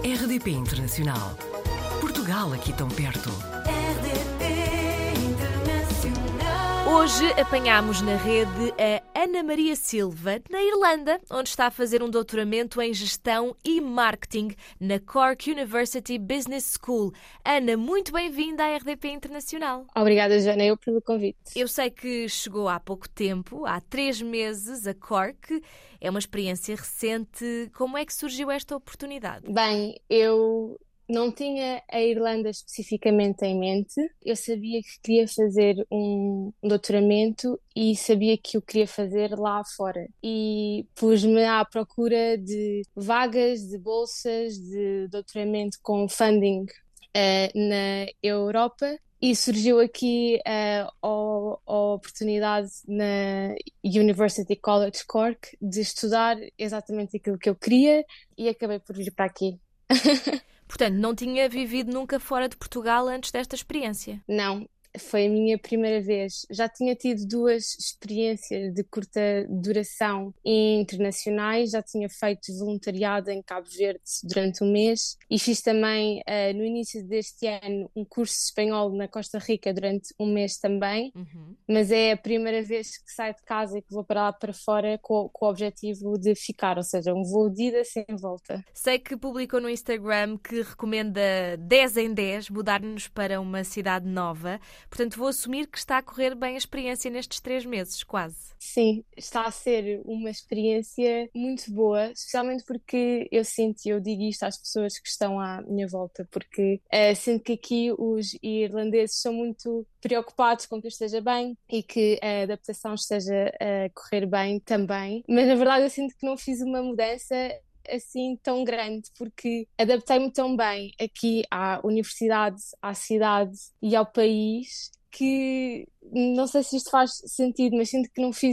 RDP Internacional. Portugal aqui tão perto. RDP Internacional. Hoje apanhámos na rede a Ana Maria Silva, na Irlanda, onde está a fazer um doutoramento em Gestão e Marketing na Cork University Business School. Ana, muito bem-vinda à RDP Internacional. Obrigada, Joana, eu pelo convite. Eu sei que chegou há pouco tempo, há 3 meses, a Cork. É uma experiência recente. Como é que surgiu esta oportunidade? Bem, eu não tinha a Irlanda especificamente em mente. Eu sabia que queria fazer um doutoramento e sabia que eu queria fazer lá fora. E pus-me à procura de vagas, de bolsas, de doutoramento com funding na Europa. E surgiu aqui a oportunidade na University College Cork de estudar exatamente aquilo que eu queria e acabei por vir para aqui. Portanto, não tinha vivido nunca fora de Portugal antes desta experiência? Não, foi a minha primeira vez. Já tinha tido 2 experiências de curta duração internacionais, já tinha feito voluntariado em Cabo Verde durante um mês e fiz também, no início deste ano, um curso de espanhol na Costa Rica durante um mês também, mas é a primeira vez que saio de casa e que vou para lá para fora com o objetivo de ficar, ou seja, um voo de ida sem volta. Sei que publicou no Instagram que recomenda 10 em 10 mudar-nos para uma cidade nova. Portanto, vou assumir que está a correr bem a experiência nestes 3 meses, quase. Sim, está a ser uma experiência muito boa, especialmente porque eu sinto, e eu digo isto às pessoas que estão à minha volta, porque sinto que aqui os irlandeses são muito preocupados com que eu esteja bem e que a adaptação esteja a correr bem também, mas na verdade eu sinto que não fiz uma mudança assim tão grande, porque adaptei-me tão bem aqui à universidade, à cidade e ao país, que não sei se isto faz sentido, mas sinto que não fiz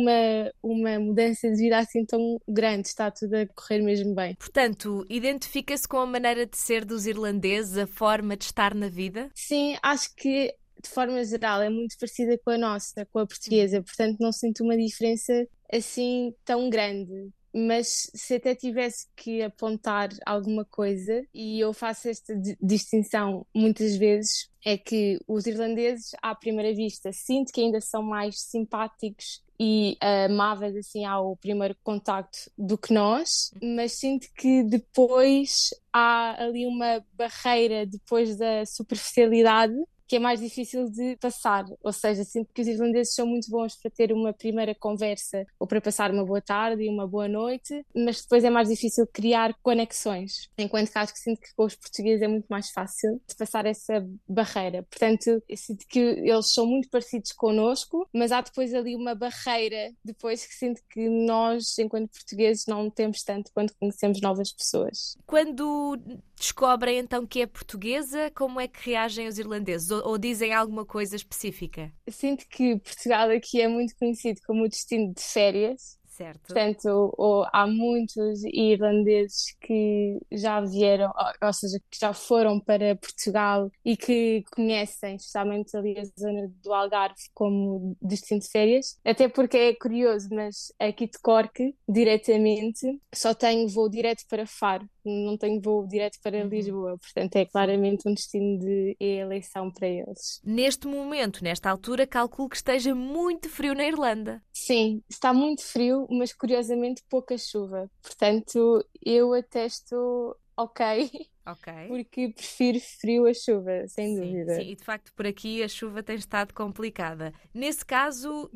uma mudança de vida assim tão grande, está tudo a correr mesmo bem. Portanto, identifica-se com a maneira de ser dos irlandeses, a forma de estar na vida? Sim, acho que de forma geral é muito parecida com a nossa, com a portuguesa, portanto não sinto uma diferença assim tão grande. Mas se até tivesse que apontar alguma coisa, e eu faço esta distinção muitas vezes, é que os irlandeses, à primeira vista, sinto que ainda são mais simpáticos e amáveis assim ao primeiro contacto do que nós, mas sinto que depois há ali uma barreira depois da superficialidade que é mais difícil de passar, ou seja, sinto que os irlandeses são muito bons para ter uma primeira conversa ou para passar uma boa tarde e uma boa noite, mas depois é mais difícil criar conexões, enquanto que acho que sinto que com os portugueses é muito mais fácil de passar essa barreira. Portanto, eu sinto que eles são muito parecidos connosco, mas há depois ali uma barreira, depois que sinto que nós, enquanto portugueses, não temos tanto quando conhecemos novas pessoas. Quando descobrem então que é portuguesa, como é que reagem os irlandeses? Ou dizem alguma coisa específica? Sinto que Portugal aqui é muito conhecido como o destino de férias. Certo. Portanto, há muitos irlandeses que já vieram, ou seja, que já foram para Portugal e que conhecem, especialmente ali a zona do Algarve, como destino de férias. Até porque é curioso, mas aqui de Cork, diretamente, só tenho voo direto para Faro, não tenho voo direto para Lisboa. Portanto, é claramente um destino de eleição para eles. Neste momento, nesta altura, calculo que esteja muito frio na Irlanda. Sim, está muito frio, mas curiosamente pouca chuva. Portanto, eu até estou ok, porque prefiro frio a chuva, sem dúvida. Sim, e de facto por aqui a chuva tem estado complicada. Nesse caso,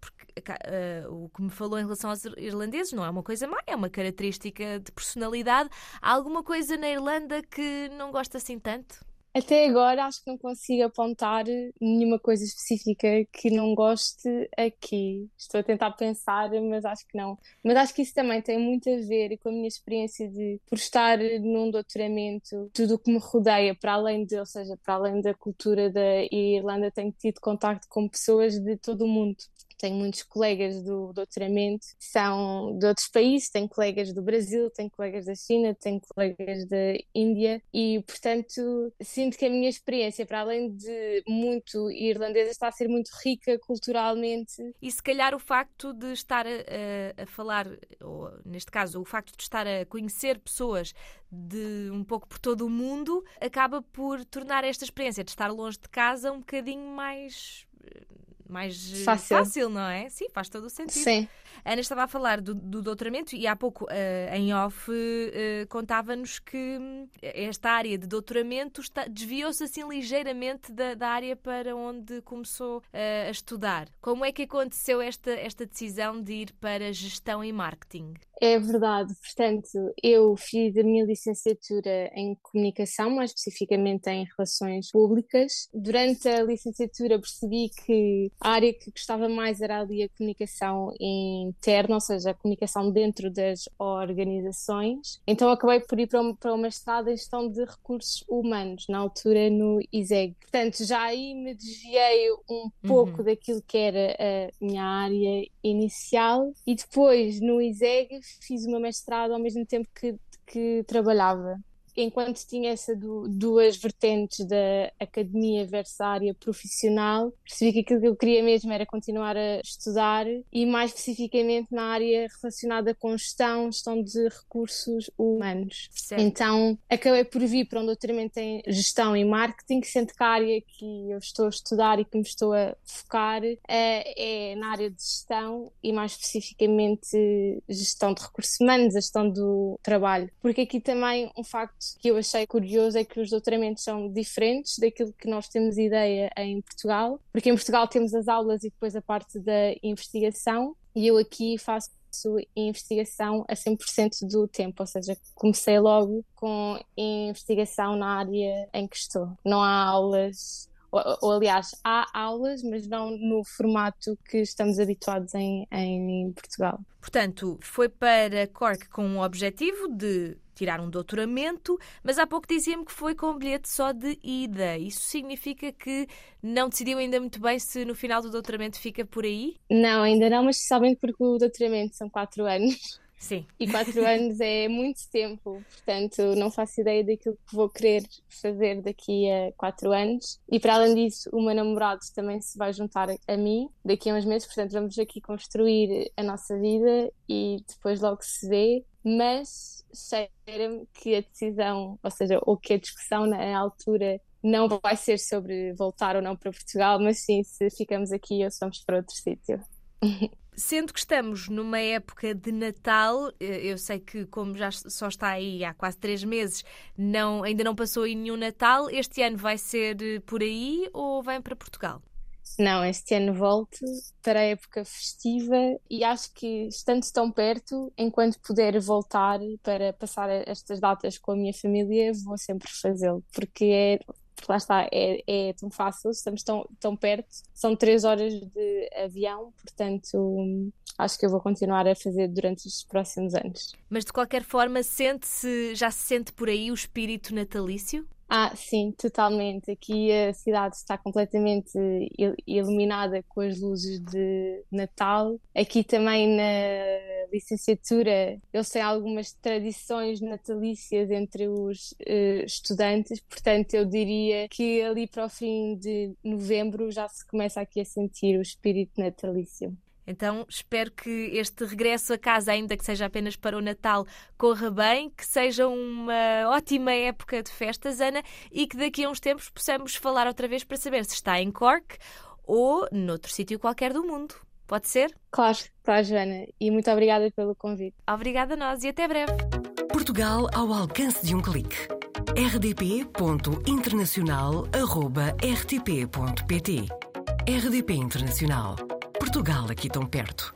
o que me falou em relação aos irlandeses não é uma coisa má, é uma característica de personalidade. Há alguma coisa na Irlanda que não gosta assim tanto? Até agora acho que não consigo apontar nenhuma coisa específica que não goste aqui. Estou a tentar pensar, mas acho que não. Mas acho que isso também tem muito a ver com a minha experiência por estar num doutoramento, tudo o que me rodeia, para além ou seja, para além da cultura da Irlanda, tenho tido contacto com pessoas de todo o mundo. tenho muitos colegas do doutoramento, são de outros países, tenho colegas do Brasil, tenho colegas da China, tenho colegas da Índia e, portanto, sinto que a minha experiência, para além de muito irlandesa, está a ser muito rica culturalmente. E se calhar o facto de estar a falar, ou neste caso, o facto de estar a conhecer pessoas de um pouco por todo o mundo, acaba por tornar esta experiência de estar longe de casa um bocadinho mais fácil, não é? Sim, faz todo o sentido. Sim. A Ana estava a falar do doutoramento e há pouco, em off, contava-nos que esta área de doutoramento desviou-se assim ligeiramente da área para onde começou a estudar. Como é que aconteceu esta decisão de ir para gestão e marketing? É verdade, portanto, eu fiz a minha licenciatura em comunicação, mais especificamente em relações públicas. Durante a licenciatura percebi que a área que gostava mais era ali a comunicação interna, ou seja, a comunicação dentro das organizações. Então acabei por ir para uma mestrado em gestão de recursos humanos, na altura no ISEG. Portanto, já aí me desviei um pouco daquilo que era a minha área inicial e depois no ISEG fiz o meu mestrado ao mesmo tempo que trabalhava. Enquanto tinha essas duas vertentes da academia versus a área profissional, percebi que aquilo que eu queria mesmo era continuar a estudar e mais especificamente na área relacionada com gestão de recursos humanos. Certo. Então acabei por vir para um doutoramento em gestão e marketing, sendo que a área que eu estou a estudar e que me estou a focar é na área de gestão e mais especificamente gestão de recursos humanos, a gestão do trabalho. Porque aqui também um facto que eu achei curioso é que os doutoramentos são diferentes daquilo que nós temos ideia em Portugal, porque em Portugal temos as aulas e depois a parte da investigação e eu aqui faço investigação a 100% do tempo, ou seja, comecei logo com investigação na área em que estou. Não há aulas, ou aliás, há aulas, mas não no formato que estamos habituados em Portugal. Portanto, foi para Cork com o objetivo de tirar um doutoramento, mas há pouco dizia-me que foi com bilhete só de ida. Isso significa que não decidiu ainda muito bem se no final do doutoramento fica por aí? Não, ainda não, mas somente porque o doutoramento são 4 anos. Sim. E 4 anos é muito tempo, portanto não faço ideia daquilo que vou querer fazer daqui a 4 anos. E para além disso, o meu namorado também se vai juntar a mim daqui a uns meses, portanto vamos aqui construir a nossa vida e depois logo se vê. Mas cheira-me que a decisão, ou seja, ou que a discussão na altura não vai ser sobre voltar ou não para Portugal, mas sim se ficamos aqui ou se vamos para outro sítio. Sendo que estamos numa época de Natal, eu sei que como já só está aí há quase 3 meses, ainda não passou aí nenhum Natal, este ano vai ser por aí ou vem para Portugal? Não, este ano volto para a época festiva e acho que estando tão perto, enquanto puder voltar para passar estas datas com a minha família, vou sempre fazê-lo, porque lá está, é tão fácil, estamos tão perto, são 3 horas de avião, portanto acho que eu vou continuar a fazer durante os próximos anos. Mas de qualquer forma, já se sente por aí o espírito natalício? Sim, totalmente. Aqui a cidade está completamente iluminada com as luzes de Natal. Aqui também na licenciatura eles têm algumas tradições natalícias entre os estudantes, portanto eu diria que ali para o fim de novembro já se começa aqui a sentir o espírito natalício. Então, espero que este regresso a casa, ainda que seja apenas para o Natal, corra bem, que seja uma ótima época de festas, Ana, e que daqui a uns tempos possamos falar outra vez para saber se está em Cork ou noutro sítio qualquer do mundo. Pode ser? Claro, Joana. E muito obrigada pelo convite. Obrigada a nós e até breve. Portugal ao alcance de um clique. rdp.internacional@rtp.pt. RDP Internacional. Portugal aqui tão perto.